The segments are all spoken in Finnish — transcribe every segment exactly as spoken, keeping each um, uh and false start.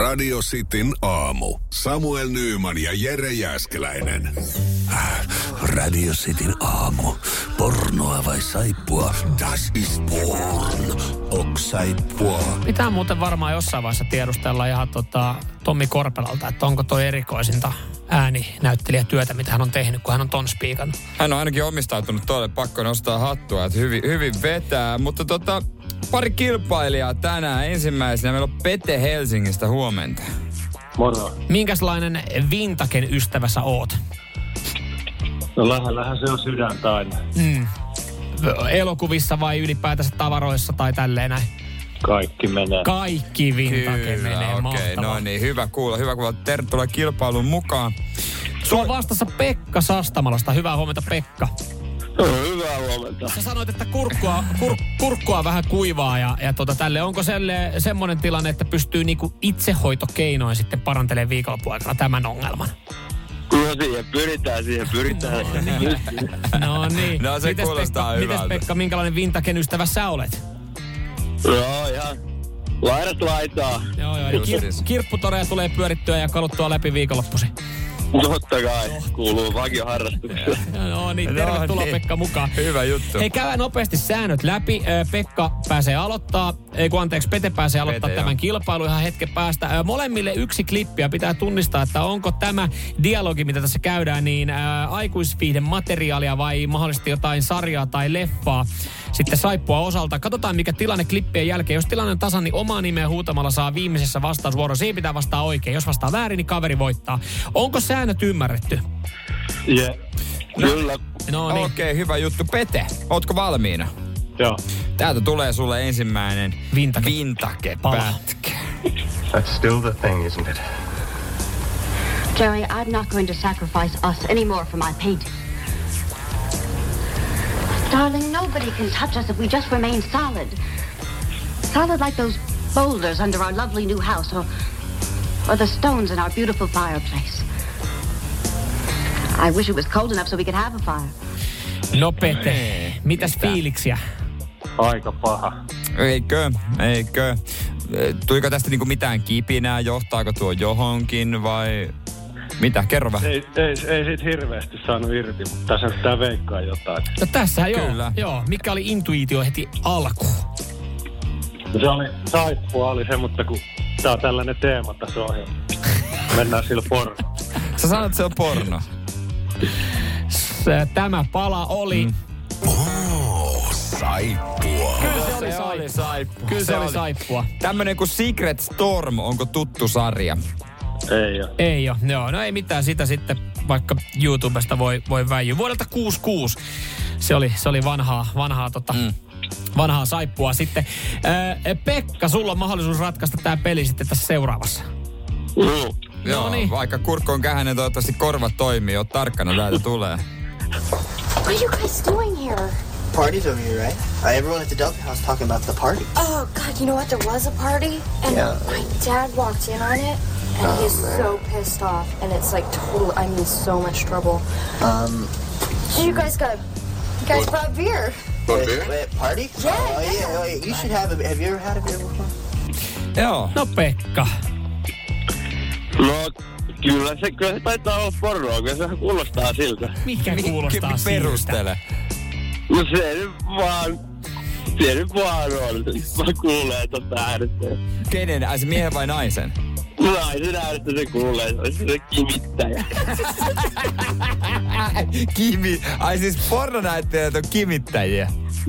Radio Cityn aamu. Samuel Nyyman ja Jere Jääskeläinen. Radio Cityn aamu. Pornoa vai saippua? Das ist porn. Ok saippua. Pitää muuten varmaan jossain vaiheessa tiedustella ihan tota Tommi Korpelalta, että onko toi erikoisinta ääninäyttelijätyötä, mitä hän on tehnyt, kun hän on ton spiikannut. Hän on ainakin omistautunut tuolle, pakko nostaa hattua, että hyvin, hyvin vetää. Mutta tota, pari kilpailijaa tänään. Ensimmäisenä meillä on Pete Helsingistä, huomenta. Moro. Minkälainen vintagen ystävä sä oot? No lähellähän se on sydäntä aina. Mm. Elokuvissa vai ylipäätänsä tavaroissa tai tälleen näin? Kaikki menee. Kaikki vintage Kyllä, menee, okei, mahtavaa. no niin, hyvä kuulla, hyvä kuulla. Tervetuloa kilpailun mukaan. Sulla on vastassa Pekka Sastamalasta. Hyvää huomenta, Pekka. No, hyvää huomenta. Sä sanoit, että kurkkua, kur, kurkkua vähän kuivaa ja, ja tota tälle. Onko selle, semmoinen tilanne, että pystyy niinku itsehoitokeinoin sitten parantelemaan viikonloppuaikana tämän ongelman? Kyllä siihen pyritään, siihen pyritään. No niin. No niin. No se mites kuulostaa Pekka, hyvältä. mites Pekka, minkälainen vintagen ystävä sä olet? Joo, ihan laidat laitaa. Joo, joo. Kir, siis. kirpputoreja tulee pyörittyä ja kaluttua läpi viikonloppusi. Totta kai, kuuluu vakioharrastukseen. No niin, No tervetuloa niin. Pekka mukaan. Hyvä juttu. Hei, käydään nopeasti säännöt läpi. Ö, Pekka pääsee aloittaa, ei kun anteeksi, Pete pääsee aloittaa Pete, tämän joo. kilpailun ihan hetken päästä. Ö, molemmille yksi klippi ja pitää tunnistaa, että onko tämä dialogi, mitä tässä käydään, niin ä, aikuisviihden materiaalia vai mahdollisesti jotain sarjaa tai leffaa. Sitten saippua osalta. Katsotaan, mikä tilanne klippien jälkeen. Jos tilanne on tasan, niin omaa nimeä huutamalla saa viimeisessä vastausvuorossa. Siinä pitää vastaa oikein. Jos vastaa väärin, niin kaveri voittaa. Onko säännöt ymmärretty? Jee, yeah. Kyllä. No niin. Okei, hyvä juttu. Pete, ootko valmiina? Joo. Täältä tulee sulle ensimmäinen Vintage. vintage-pätkä. That's still the thing, isn't it? Jerry, I'm not going to sacrifice us anymore for my painting. Darling, nobody can touch us if we just remain solid. Solid like those boulders under our lovely new house, or, or the stones in our beautiful fireplace. I wish it was cold enough so we could have a fire. No Pete, mitäs Mitä? fiiliksiä? Aika paha. Eikö, eikö. Tuliko tästä niinku mitään kipinää? Johtaako tuo johonkin vai mitä? Kerro vähän. Ei, ei, ei siitä hirveästi saanut irti, mutta tässä pitää veikkaa jotain. No tässä joo. Kyllä. Joo. Mikä oli intuitio heti alkuun? Se oli, saippua oli se, mutta kun tää on tällainen teema tässä ohjelmassa. Mennään sillä porno. Sä sanot, että se on porno. Se, tämä pala oli... Mm. Oh, saippua. Kyllä se oli Se oli saippua. saippua. Kyllä se, Se oli oli. saippua. Tämmönen kuin Secret Storm, onko tuttu sarja? Ei oo. Ei oo. Joo, no ei mitään. Sitä sitten vaikka YouTubesta voi, voi väijyä. Vuodelta kuusikymmentäkuusi. Se oli, se oli vanhaa, vanhaa tota... Mm. vanhaa saippua sitten. Öö, Pekka, sulla on mahdollisuus ratkaista tämä peli sitten tässä seuraavassa. Mm. Joo, Noniin. vaikka kurkku on kähäinen, toivottavasti korvat toimii. Oot tarkkana, täältä tulee. What are you guys doing here? Party's over here, right? Uh, everyone at the Delta House talking about the party. Oh, God, you know what? There was a party, and Yeah. my dad walked in on it, and Oh, he's man. so pissed off, and it's like total, I mean, so much trouble. Um, So you guys got, you guys brought beer. wait, wait, party? Yeah, Oh, yeah. yeah, oh, yeah. You should have a, have you ever had a beer before? Joo. No Pekka. No, kyllä se, kyllä se taitaa olla pornoa, kyllä se kuulostaa siltä. Mikä kuulostaa Ki- siltä? Perustele. No se nyt vaan, se nyt vaan on. Mä kuulee tosta äänestä. Kenen? Ai se miehen vai naisen? Naisen äänestä se kuulee, se on se kimittäjä. Kimi. Ai siis pornonäyttelijät on kimittäjiä.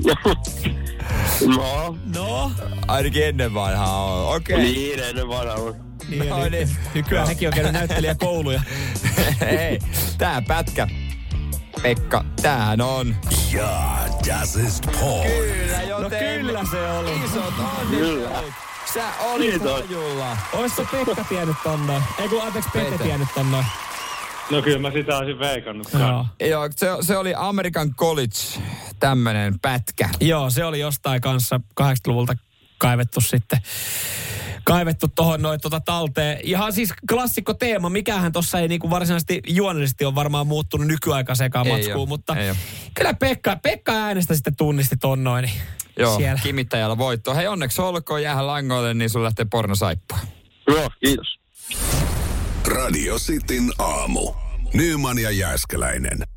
No, No, Ainakin ennen vanhaa on. Okei. Okay. niin ennen vanha on. niin, No niin. niin. Nykyään hänkin on käynyt näyttelijäkouluja. Hei, tää pätkä. Pekka, tämähän on. Ja, das ist porn. Kyllä, No joten... kyllä se oli. Isot Kyllä. onnittelut. Sä olit Kiitos. hajulla. Ois se Pekka tiennyt ton noin? Ei kun anteeksi Pete, Pete. tiennyt ton noin. No kyllä mä sitä olisin veikannut. Joo. Joo, se, se oli American College tämmönen pätkä. Joo, se oli jostain kanssa kahdeksankymmentäluvulta kaivettu sitten. Kaivettu tohon noin tota talteen. Ihan siis klassikko teema. Mikähän tossa ei niinku varsinaisesti juonellisesti ole varmaan muuttunut nykyaikaiseenkaan Ei matskuun. oo, Mutta ei oo. kyllä Pekka, Pekka äänestä sitten tunnisti ton noin. Niin Joo, siellä. kimittäjällä voitto. Hei, onneksi olkoon, jäähän langoille, niin sun lähtee pornosaippua. Joo, kiitos. Radio Cityn aamu. Nyman ja Jääskeläinen.